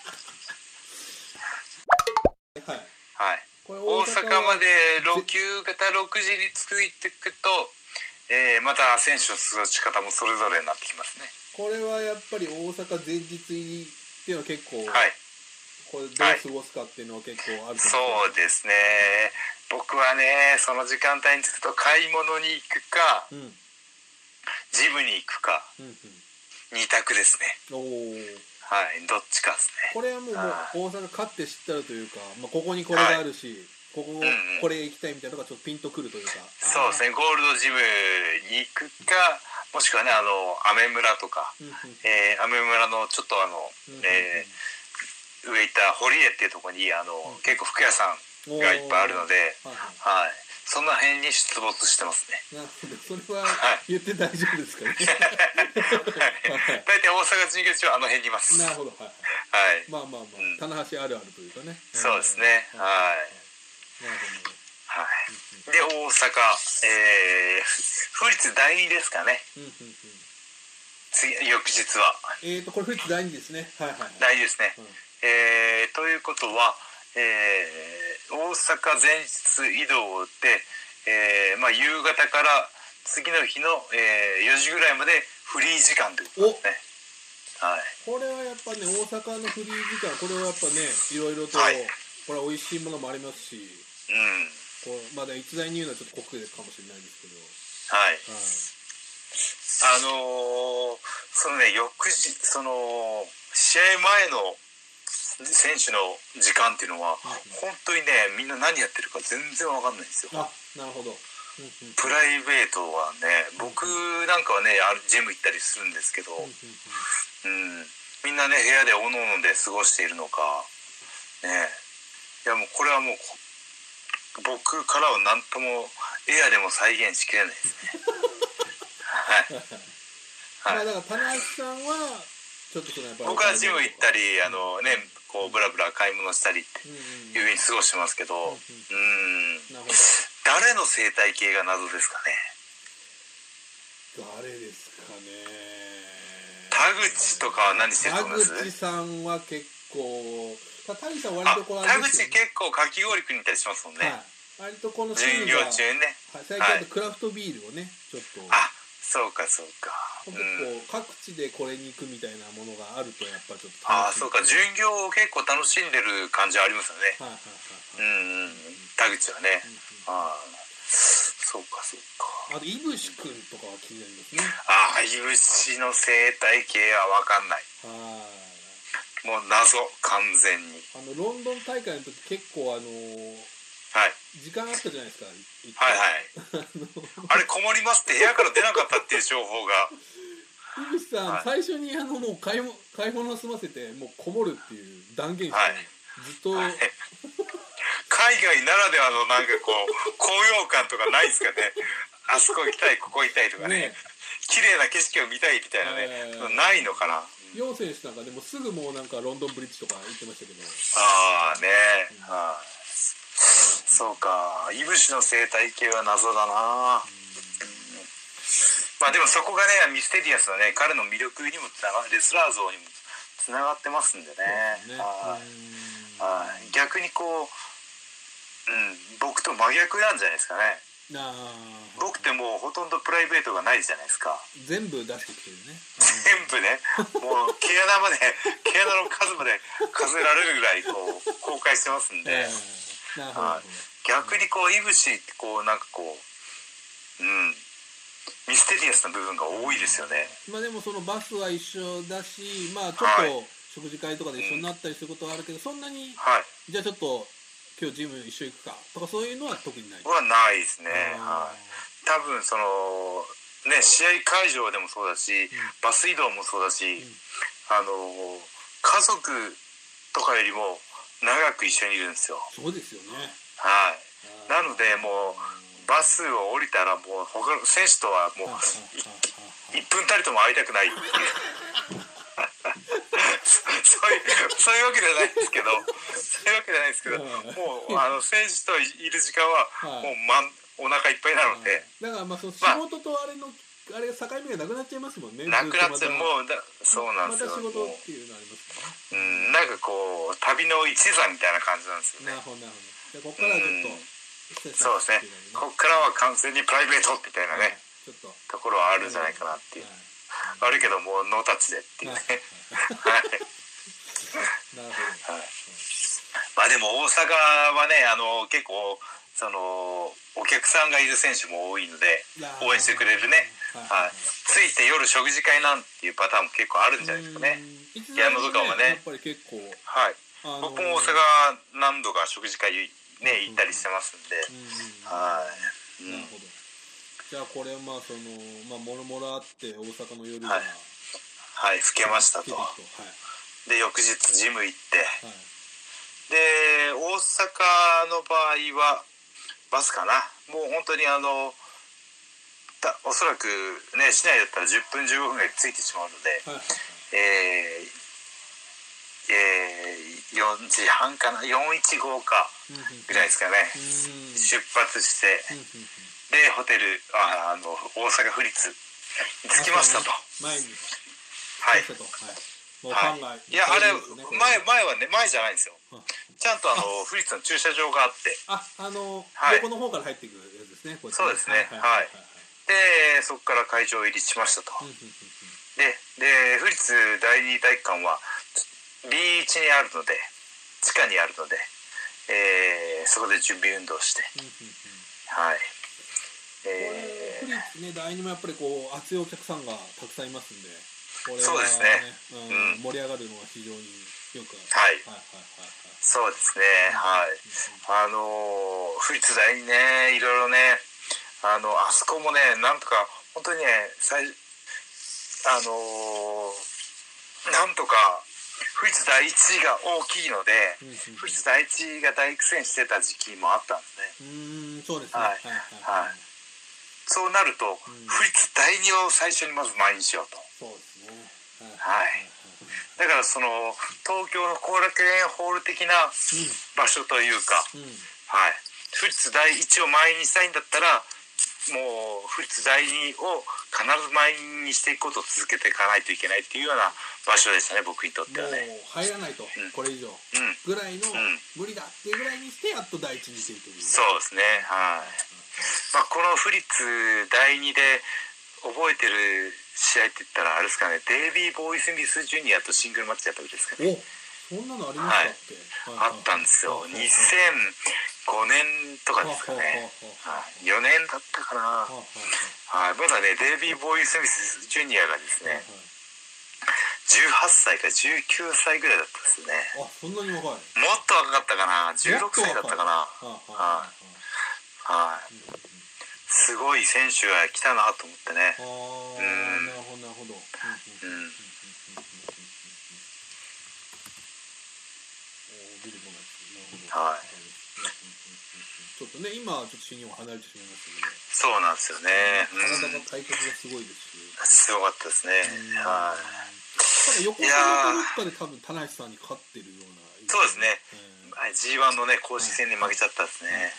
はい。 はい。大阪まで夕方6時に着いていくと、また選手の過ごし方もそれぞれになってきますね。 これはやっぱり大阪前日入りっていうのは結構、 はい、 これどう過ごすかっていうのは結構あると思う。そうですね。僕はね、その時間帯に着くと買い物に行くか、ジムに行くか、2択ですね。はい、どっちかですね。 これはもう大阪勝って知ったらというか、ここにこれがあるし、これ行きたいみたいなのがちょっとピンとくるというか。 そうですね。ゴールドジムに行くか、もしくはね、アメ村とか、アメ村のちょっと上行った堀江っていうところに結構服屋さんがいっぱいあるので、はい、その辺に出没してますね。 なるほど。それは言って大丈夫ですかね。 大体大阪人月中はあの辺にいます。 なるほど。はい。まあ棚橋あるあるというかね。 そうですね。はい。なるほど。はい。で大阪、府立第二ですかね。翌日は。 これ府立第二ですね。 第二ですね。ということは、大阪前日移動で、夕方から次の日の、4時ぐらいまでフリー時間ということですね。はい。 これはやっぱね、大阪のフリー時間、これはやっぱね、いろいろと、これは美味しいものもありますし、まだ逸材に言うのはちょっと酷かもしれないですけど。はい。 そのね、試合前の選手の時間っていうのは、本当にね、みんな何やってるか全然わかんないんですよ。 なるほど。 プライベートはね、僕なんかはね、ジム行ったりするんですけど、みんなね、部屋でおのおので過ごしているのか、ね、いやもうこれはもう、僕からは何ともエアでも再現しきれないですね。 はい。だから棚橋さんはちょっとやっぱり僕はジム行ったりこうブラブラ買い物したりっていう風に過ごしてますけど、誰の生態系が謎ですかね。 誰ですかね。 田口とかは何してると思います？ 田口さんは結構、田口さん割と田口結構かき氷食いに行ったりしますもんね。 割とこの授業中ね。 最近だとクラフトビールをね、ちょっと。 そうか。 各地でこれに行くみたいなものがあるとやっぱちょっとそうか。巡業を結構楽しんでる感じはありますよね。田口はね。そうか。 あといぶし君とかは気になりますね。 いぶしの生態系は分かんない。もう謎、完全に。 ロンドン大会の時結構時間あったじゃないですか。 あれこもりますって部屋から出なかったっていう情報が。 井口さん、最初にもう買い物を済ませてもうこもるっていう断言して、ずっと、 海外ならではのなんかこう高揚感とかないですかね。あそこ行きたい、ここ行きたいとかね。綺麗な景色を見たいみたいなね、ないのかな。 楊選手なんかでもすぐもうなんかロンドンブリッジとか行ってましたけど。 そうか、いぶしの生態系は謎だな。でもそこがね、ミステリアスなね、彼の魅力にもレスラー像にもつながってますんでね。逆にこう、僕と真逆なんじゃないですかね。 あ僕ってもうほとんどプライベートがないじゃないですか。 全部出してきてるね。 全部ね、もう毛穴まで毛穴の数まで数えられるぐらいこう公開してますんで、 なるほど、 逆にこういぶしこうなんかこう、ミステリアスな部分が多いですよね。 まあでもそのバスは一緒だし、まあちょっと食事会とかで一緒になったりすることはあるけど、そんなに、じゃあちょっと今日ジム一緒行くかとかそういうのは特にない。 はないですね。多分そのね、試合会場でもそうだし、バス移動もそうだし、家族とかよりも長く一緒にいるんですよ。 そうですよね。 なのでもうバスを降りたらもう他の選手とはもう1分たりとも会いたくないっていうそういうわけじゃないんですけど、もう選手といる時間はもうお腹いっぱいなので、 だからまあその仕事とあれのあれ境目がなくなっちゃいますもんね。 なくなってもうそうなんですよ。 また仕事っていうのありますね。 なんかこう旅の一座みたいな感じなんですよね。 なるほどなるほど。じゃあここからはちょっとそうですね。ここからは完全にプライベートみたいなね、ところはあるんじゃないかなっていう。悪いけどもうノータッチでっていうね。 なるほど。 まあでも大阪はね、結構そのお客さんがいる選手も多いので応援してくれるね。ついて夜食事会なんていうパターンも結構あるんじゃないですかね。矢野とかはね。 やっぱり結構。 僕も大阪何度か食事会ね行ったりしてますんで。 なるほど。じゃあこれまあそのもろもろあって大阪の夜は更けましたと。で翌日ジム行って、で大阪の場合はバスかな。もう本当におそらくね市内だったら10分15分ぐらいついてしまうので、4時半かな、415かぐらいですかね、出発して、でホテル大阪府立に着きましたと。 前にいやあれ前はね、前じゃないんですよ。ちゃんと府立の駐車場があって、 横の方から入っていくやつですね。 そうですね。でそこから会場入りしましたと。で府立第二体育館は B1 にあるので、地下にあるので、そこで準備運動して、 府立ね、第二もやっぱりこう熱いお客さんがたくさんいますんで、 そうですね。 盛り上がるのは非常によく。 そうですね。府立第二ね、いろいろね、あそこもね、なんとか本当にね、なんとか府立第一が大きいので、府立第一が大苦戦してた時期もあったんですね。 そうですね。 そうなると、府立第二を最初にまず前にしようと。 そうですね。 だからその東京の後楽園ホール的な場所というか、府立第一を前にしたいんだったら、もう府立第二を必ず前にしていくことを続けていかないといけないっていうような場所でしたね、僕にとってはね。 もう入らないと、これ以上ぐらいの無理だっていうぐらいにしてやっと第一にしているという。 そうですね。この府立第二で覚えてる試合って言ったらあれですかね、デイビー・ボーイ・スミス・ジュニアとシングルマッチやった時ですかね。 そんなのありましたっけ？ あったんですよ。2005年とかですかね。4年だったかな。まだね、デイビー・ボーイ・スミス・ジュニアがですね、18歳か19歳ぐらいだったですね。 そんなに若い？もっと若かったかな。16歳だったかな。すごい選手が来たなと思ってね。 なるほどなるほど。ちょっとね、今はちょっと新日本離れてしまいましたけど。 そうなんですよね。 体の体格がすごいですし。 すごかったですね。 ただ横浜とどっかで多分田無さんに勝ってるような。 そうですね。G1 のね公式戦に負けちゃったですね。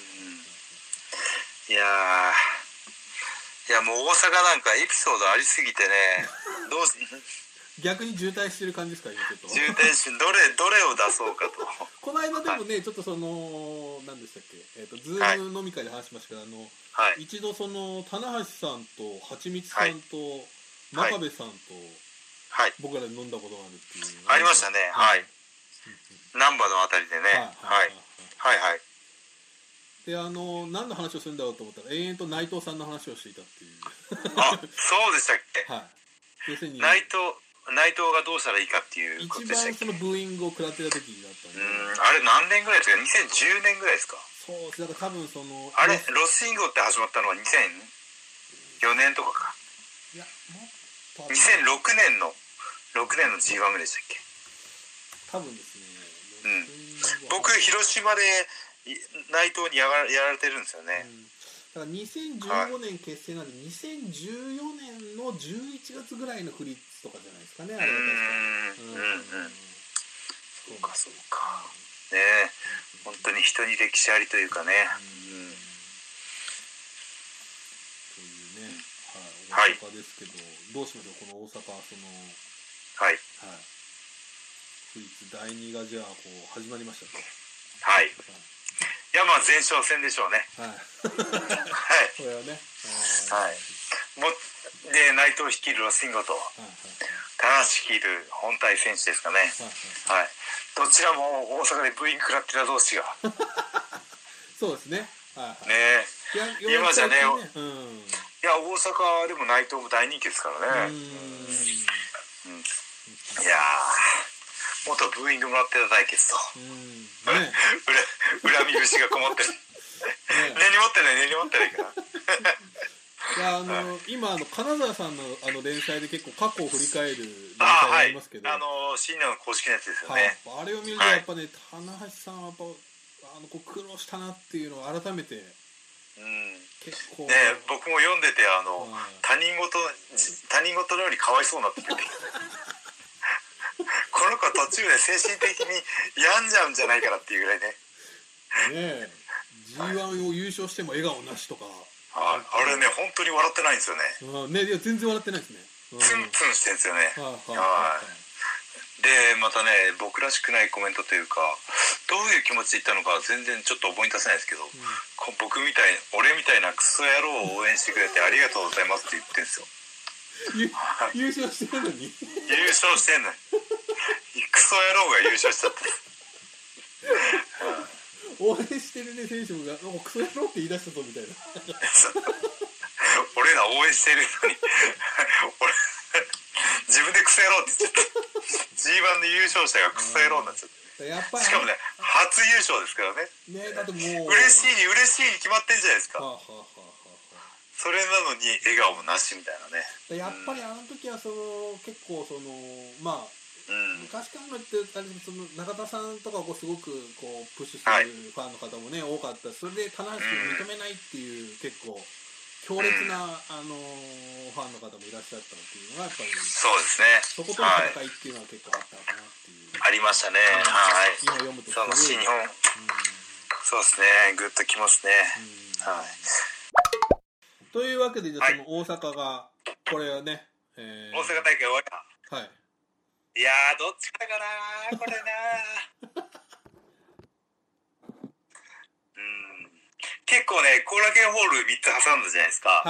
いやもう大阪なんかエピソードありすぎてね、 逆に渋滞してる感じですか今ちょっと。 渋滞してどれを出そうかと。 この間でもね、ちょっとその何でしたっけ、ズーム飲み会で話しましたけど、 はい、 一度その棚橋さんとはちみつさんと真壁さんとはい、 僕らで飲んだことがあるっていう、 ありましたね。はい。難波のあたりでね。はい。はいはい。 で何の話をするんだろうと思ったら延々と内藤さんの話をしていたっていう。 あ、そうでしたっけ。 はい。要するに内藤がどうしたらいいかっていうことでしたっけ。 一番そのブーイングを食らってた時だったんで。 あれ何年ぐらいですか。2010年ぐらいですか。 そうです。だから多分そのあれロスインゴって始まったのは2004年とかか。 いやもっと 2006年のG1 ぐらいでしたっけ。 多分ですね。 僕広島で内藤にやられてるんですよね。 だから2015年結成なんで、2014年の11月ぐらいのフリッツとかじゃないですかね、あれは確か。 そうかねえ、本当に人に歴史ありというかね。 というね、はい、大阪ですけど、どうしましょう、この大阪、そのはい、 フリッツ第2がじゃあこう始まりましたと。 はい。いやまあ前哨戦でしょうね。はい。はい。 これはね。 はい。で内藤率いるロスインゴと棚橋率いる本体選手ですかね。はい。どちらも大阪でブーイング食らってた同士が。 そうですね。 はい。ねえ。今じゃね。いや大阪でも内藤も大人気ですからね。いやもっとブーイングもらってた対決と。ね、恨み節がこもってる。根に持ってないから。 いや今金沢さんの連載で結構過去を振り返る連載がありますけど、 深夜の公式のやつですよね。 あれを見るとやっぱね、棚橋さんはやっぱ苦労したなっていうのを改めて、結構ね僕も読んでて他人事のようにかわいそうになっててこの子途中で精神的に病んじゃうんじゃないかなっていうぐらいね。 ねえ G1 を優勝しても笑顔なしとか、 あれね本当に笑ってないんですよね。 いや全然笑ってないですね。 ツンツンしてるんですよね。でまたね僕らしくないコメントというか、どういう気持ちで言ったのか全然ちょっと思い出せないですけど、俺みたいなクソ野郎を応援してくれてありがとうございますって言ってるんですよ。 優勝してるのに優勝してんのにクソ野郎が優勝しちゃった応援してるね選手がクソ野郎って言い出したぞみたいな俺ら応援してるのに自分でクソ野郎って言っちゃった。 G1 で優勝者がクソ野郎になっちゃった。やっぱりしかもね初優勝ですからね。 だってもう嬉しいに決まってんじゃないですか。それなのに笑顔もなしみたいなね。 やっぱり時は結構まあ、昔からの言ってた中田さんとかをすごくこうプッシュするファンの方もね、多かった。それで棚橋を認めないっていう結構強烈な、ファンの方もいらっしゃったっていうのがやっぱりそうですね。 そことの戦いっていうのは結構あったのかなっていう、 ありましたね。はい。 今読むとその新日本、そうですね、グッときますね。はい。 というわけでじゃあその大阪がこれはね、 大阪大会終わりた。 はい。 いやーどっちかなこれな結構ね後楽園ホール3つ挟んだじゃないですか。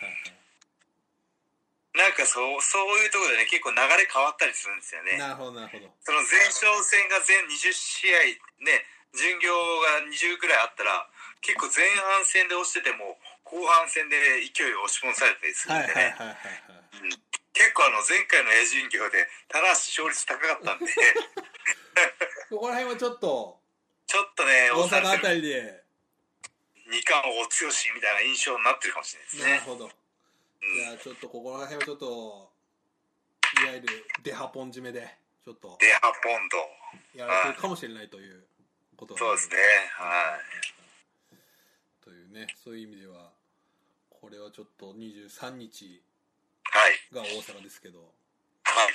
なんかそういうところでね結構流れ変わったりするんですよね。 なるほどなるほど。 その前哨戦が全20試合ね巡業が20くらいあったら結構前半戦で押してても後半戦で勢いを押し戻されたりするんでね。結構前回のエア巡業で棚橋勝率高かったんでここら辺はちょっとね大阪あたりで二冠王強しみたいな印象になってるかもしれないですね。 なるほど。じゃあちょっとここら辺はちょっといわゆるデハポン締めでちょっとデハポンドやられてるかもしれないということそうですね。はいというね、そういう意味ではこれはちょっと23日が大阪ですけど、 はい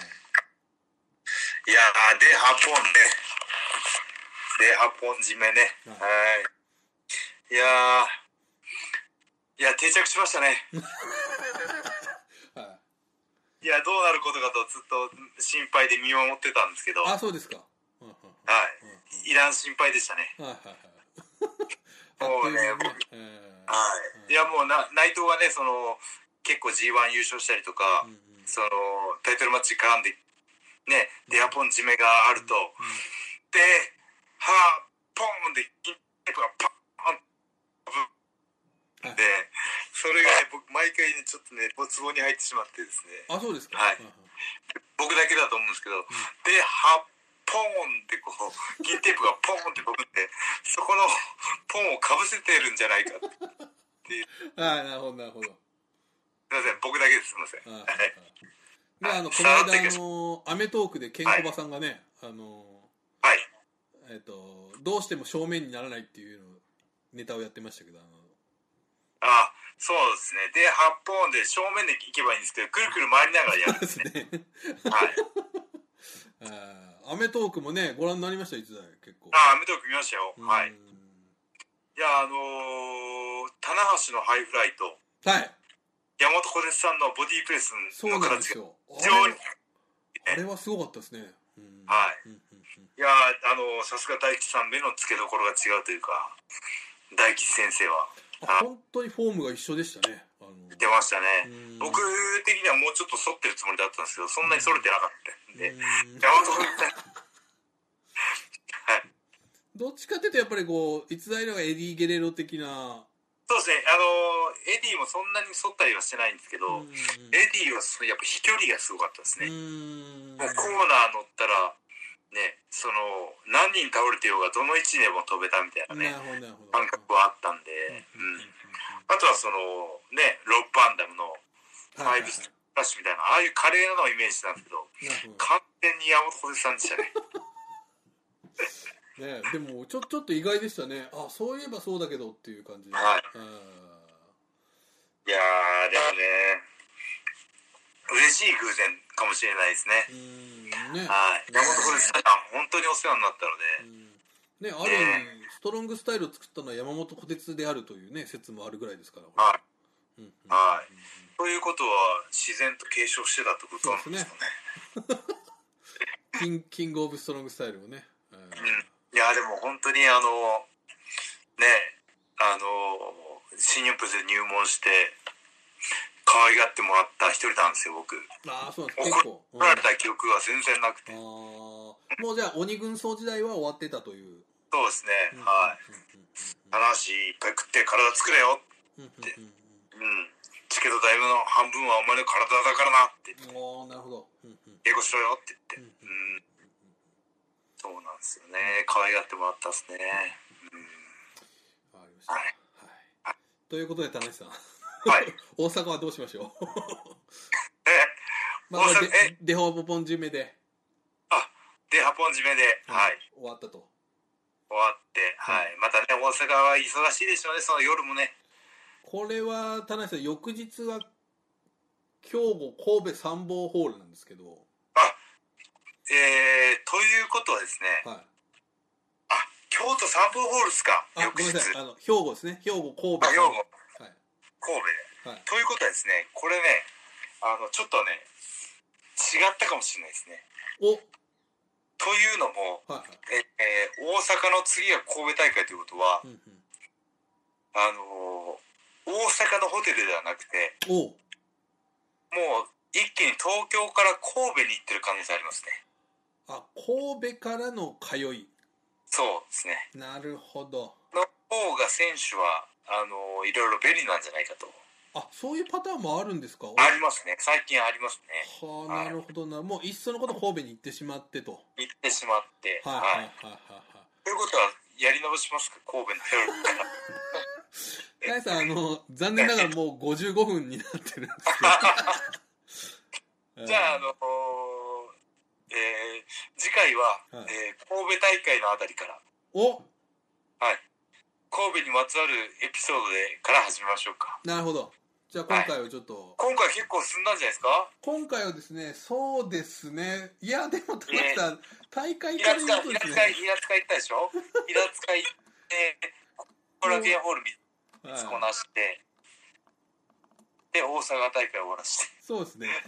いやーデハポンね、デハポン締めね。いや定着しましたね。いいや、どうなることかとずっと心配で見守ってたんですけど、 あ、そうですか。 はい。いらん心配でしたね。 はいはいはい。 もうね、はい。いや、もう内藤がね、結構 G1 優勝したりとか、タイトルマッチ絡んで、ね、デアポン締めがあると、で、ポーンで、銀テープがパーンで、それがね、僕、毎回ね、ちょっとね、ツボに入ってしまってですね。 あ、そうですか。 はい。僕だけだと思うんですけど、で、ポーンってこう、銀テープがポーンって僕って、そこのポンをかぶせてるんじゃないかっていう。 ああ、なるほど、なるほど。 すいません、僕だけです。すいません。はい。 で、この間、アメトークでケンコバさんがね、 はい。 どうしても正面にならないっていうネタをやってましたけど、 あ、そうですね。で、8本で正面で行けばいいんですけど、くるくる回りながらやるんですね。はい。 アメトークもね、ご覧になりました、逸材、結構。 アメトーク見ましたよ。はい。いや、棚橋のハイフライと、 はい。 山本小鉄さんのボディープレスの形が非常にあれはすごかったですね。 はい。いや、さすが大吉さん、目の付けどころが違うというか、大吉先生は。 本当にフォームが一緒でしたね。 出ましたね。僕的にはもうちょっと反ってるつもりだったんですけど、そんなに反れてなかったんで。山本小鉄さん。はい。 どっちかっていうと、やっぱり逸材のがエディ・ゲレロ的な。 そうですね。エディもそんなに反ったりはしてないんですけど、エディはやっぱ飛距離がすごかったですね。もうコーナー乗ったら、ね、何人倒れてようがどの位置でも飛べたみたいなね、感覚はあったんで、あとはね、ロックバンダムのファイブスラッシュみたいな、ああいう華麗なのをイメージしたんですけど、完全に山本小鉄さんでしたね。 ね、でもちょっと意外でしたね。あ、そういえばそうだけどっていう感じで。 はい。いやー、でもね、嬉しい偶然かもしれないですね。はい。山本小鉄さんが本当にお世話になったので。ね、ある意味、ストロングスタイルを作ったのは山本小鉄であるというね、説もあるぐらいですから。 はい。はい。ということは、自然と継承してたってことなんですかね。キングオブストロングスタイルをね。 いや、でも本当にね、新日本で入門して、可愛がってもらった一人なんですよ、僕。 ああ、そうなんです。結構。 怒られた記憶は全然なくて。 もうじゃあ、鬼軍曹時代は終わってたという。 そうですね、はい。話いっぱい食って体作れよって。チケット代の半分はお前の体だからなって。 なるほど。 英語しろよって言って。そうなんですよね。可愛がってもらったっすね。 わかりました。はい。ということで、田中さん。 はい。 大阪はどうしましょう。 大阪、 デホポン締めで。 デハポン締めで、はい。 終わったと。 終わって、はい。またね、大阪は忙しいでしょうね、その夜もね。 これは、田中さん、翌日は、兵庫、神戸参謀ホールなんですけど。 ということはですね。はい。京都参謀ホールですか。 ごめんなさい。兵庫ですね。兵庫、神戸。 兵庫。はい。神戸で。ということはですね、これね、ちょっとね、違ったかもしれないですね。というのも、大阪の次が神戸大会ということは、大阪のホテルではなくて、もう一気に東京から神戸に行ってる可能性ありますね。 神戸からの通い。 そうですね。 なるほど。 の方が選手はいろいろ便利なんじゃないかと。 そういうパターンもあるんですか。 ありますね。最近ありますね。 なるほどな。もういっそのこと神戸に行ってしまってと。 行ってしまって。はい。ということはやり直しますか、神戸の夜から。 大さん、残念ながらもう55分になってるんですけど。じゃあ次回は、神戸大会のあたりから。はい。神戸にまつわるエピソードから始めましょうか。 なるほど。じゃあ今回はちょっと。 今回結構進んだんじゃないですか。 今回はですね、そうですね。いや、でも、田中さん、大会から言うとですね。平塚行ったでしょ。平塚行って、後楽園ホール見こなして、 で大阪大会終わらしてそうですね。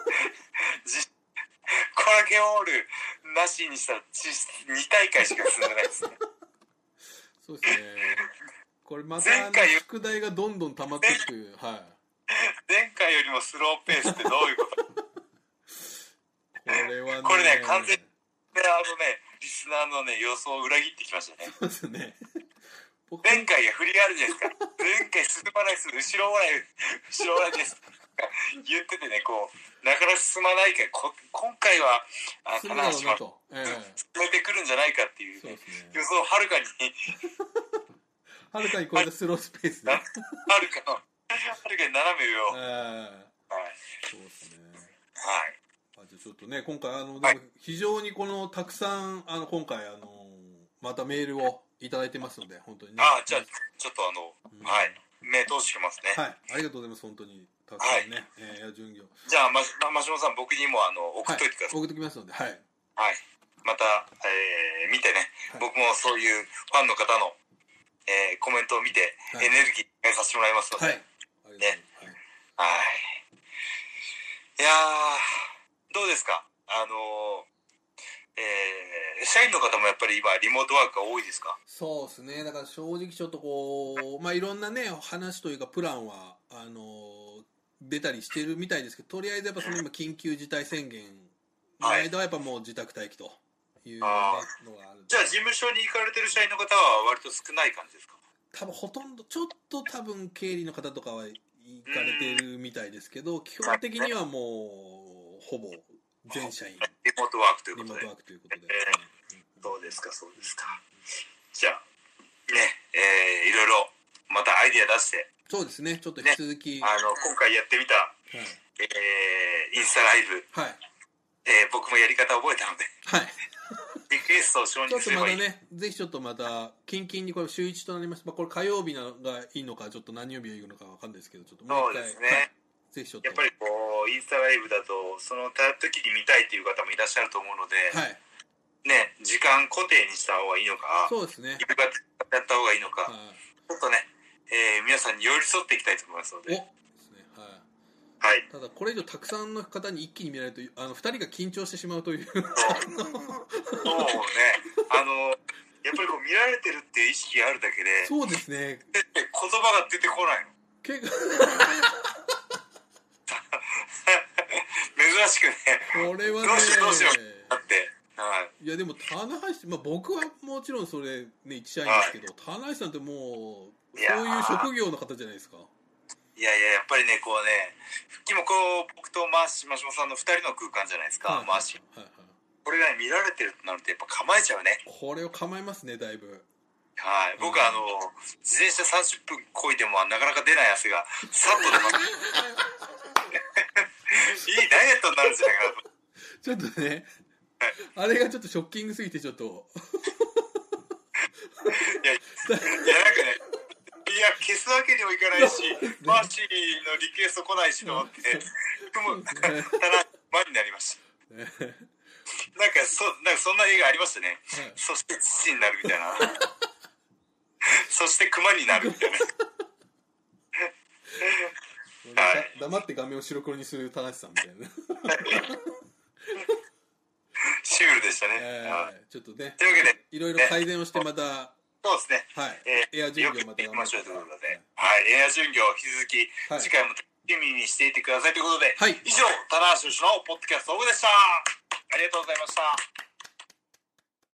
コラケホールなしにしたら2大会しか進んでないですね。 そうですね。これまた宿題がどんどん溜まっていく。はい。 前回よりもスローペースってどういうこと？ これはね。 これね、完全にリスナーのね予想を裏切ってきましたね。 そうですね。 前回が振りがあるじゃないですか。前回進まないです。後ろ笑いです言っててね、こうなかなか進まないから今回は進むだろうなと、 進めてくるんじゃないかっていう、ね、予想をはるかにはるかに超えたスロースペースで、 はるかに斜め上を、はい、 そうですね。 はい。 じゃあちょっとね、今回でも非常にこのたくさん今回またメールをいただいてますので、本当にね。 じゃあちょっとはい、目通してますね。 はい、ありがとうございます。本当にたくさんね、巡業。 じゃあマシモさん、僕にも送っといてください。 送ってきますので、はい。 はい。また、見てね、僕もそういうファンの方の、コメントを見て、エネルギーさせてもらいますので。はい。ね。はい。いやー、どうですか？社員の方もやっぱり今リモートワークが多いですか？ そうですね。だから正直ちょっとこういろんなね話というかプランは出たりしてるみたいですけど、とりあえずやっぱその今緊急事態宣言の間はやっぱもう自宅待機という、ね、のがある。 じゃあ事務所に行かれてる社員の方は割と少ない感じですか？ 多分ほとんどちょっと多分経理の方とかは行かれてるみたいですけど、基本的にはもうほぼ全社員リモートワークということで。そうですか。じゃあね、いろいろまたアイディア出して。 そうですね。ちょっと引き続き、 今回やってみた、インスタライブ、はい、僕もやり方覚えたので、はい、リクエストを承認すればいい。 ちょっとまたね、ぜひちょっとまたキンキンにこれ週1となります。これ火曜日がいいのかちょっと何曜日がいいのかわかんないですけど、ちょっともう一回。そうですね。はい、ぜひちょっとやっぱりこうインスタライブだとその時に見たいっていう方もいらっしゃると思うので、はい、ね、時間固定にした方がいいのか、そうですね。夕方やった方がいいのか、ちょっとね、皆さんに寄り添っていきたいと思いますので。ですね。はい。ただこれ以上たくさんの方に一気に見られると2人が緊張してしまうという。そうね。 やっぱりこう見られてるっていう意識があるだけで。 そうですね。 言葉が出てこないの。珍しくね。これはね。どうしようだって。はい。 いやでも棚橋、僕はもちろんそれね一社員ですけど、棚橋さんってもうそういう職業の方じゃないですか。 いややっぱりねこうね、今こう僕とマシモさんの2人の空間じゃないですか。マーシー。これがね見られてるとなるとやっぱ構えちゃうね。 これを構えますねだいぶ。 はい。僕自転車30分漕いでもなかなか出ない汗がさっと出ます。いいダイエットになるんじゃないかなと。 ちょっとね。あれがちょっとショッキングすぎてちょっといやなんかね、いや消すわけにもいかないし、マーシーのリクエスト来ないしと思ってただ前になりました。なんかそんな映画ありましたね。そして父になるみたいな。そして熊になるみたいな。はい、黙って画面を白黒にする田無さんみたいな。 シュールでしたね。 ちょっとね。 というわけで、 いろいろ改善をしてまた。 そうですね。 はい。エア巡業また頑張っていきましょうということで。はい。エア巡業を引き続き、次回も楽しみにしていてくださいということで、以上、棚橋宏のポッドキャストオフでした。ありがとうございました。